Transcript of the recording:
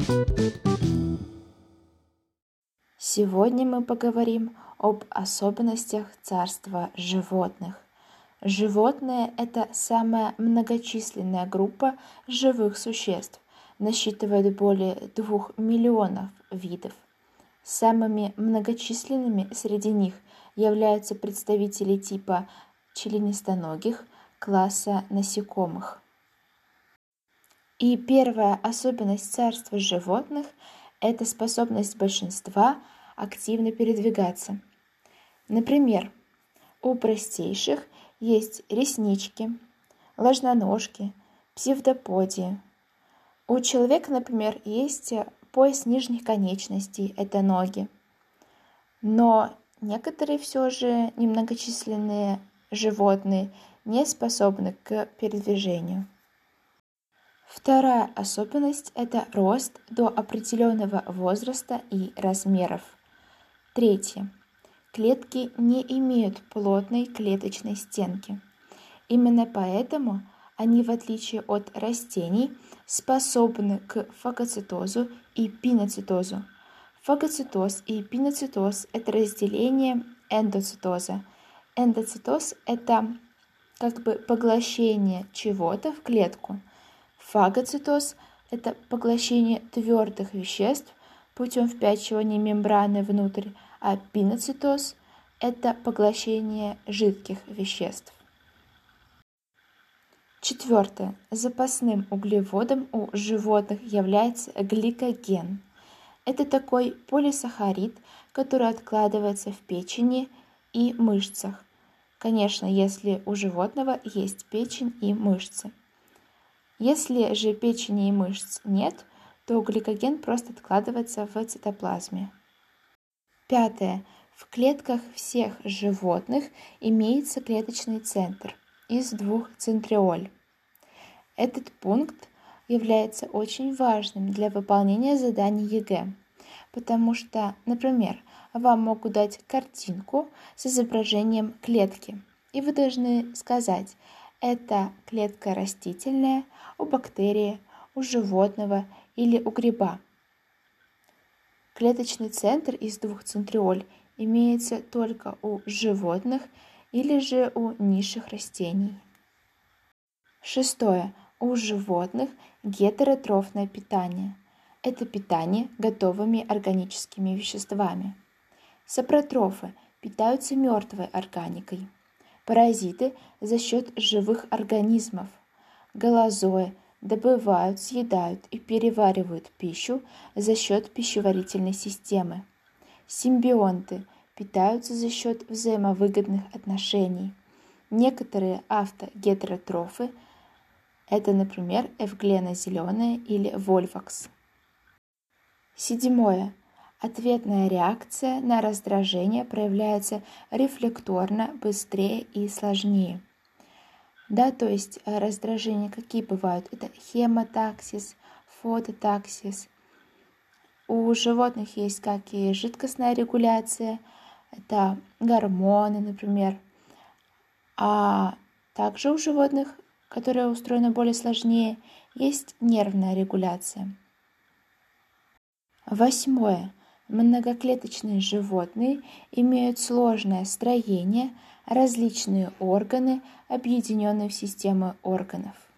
Сегодня мы поговорим об особенностях царства животных. Животные – это самая многочисленная группа живых существ, насчитывает более 2 миллионов видов. Самыми многочисленными среди них являются представители типа членистоногих, класса насекомых. И первая особенность царства животных – это способность большинства активно передвигаться. Например, у простейших есть реснички, ложноножки, псевдоподии. У человека, например, есть пояс нижних конечностей – это ноги. Но некоторые все же немногочисленные животные не способны к передвижению. Вторая особенность – это рост до определенного возраста и размеров. Третье. Клетки не имеют плотной клеточной стенки. Именно поэтому они, в отличие от растений, способны к фагоцитозу и пиноцитозу. Фагоцитоз и пиноцитоз – это разделение эндоцитоза. Эндоцитоз – это поглощение чего-то в клетку. Фагоцитоз – это поглощение твердых веществ путем впячивания мембраны внутрь, а пиноцитоз – это поглощение жидких веществ. Четвертое. Запасным углеводом у животных является гликоген. Это такой полисахарид, который откладывается в печени и мышцах. Конечно, если у животного есть печень и мышцы. Если же печени и мышц нет, то гликоген просто откладывается в цитоплазме. Пятое. В клетках всех животных имеется клеточный центр из 2 центриоль. Этот пункт является очень важным для выполнения заданий ЕГЭ, потому что, например, вам могут дать картинку с изображением клетки, и вы должны сказать, это клетка растительная, у бактерии, у животного или у гриба. Клеточный центр из 2 центриоль имеется только у животных или же у низших растений. Шестое. У животных гетеротрофное питание. Это питание готовыми органическими веществами. Сапротрофы питаются мертвой органикой. Паразиты за счет живых организмов. Галазои добывают, съедают и переваривают пищу за счет пищеварительной системы. Симбионты питаются за счет взаимовыгодных отношений. Некоторые автогетеротрофы – это, например, эвглена зеленая или вольвакс. Седьмое. Ответная реакция на раздражение проявляется рефлекторно, быстрее и сложнее. То есть раздражения какие бывают? Это хемотаксис, фототаксис. У животных есть как и жидкостная регуляция, это гормоны, например. А также у животных, которые устроены более сложнее, есть нервная регуляция. Восьмое. Многоклеточные животные имеют сложное строение, различные органы, объединенные в системы органов.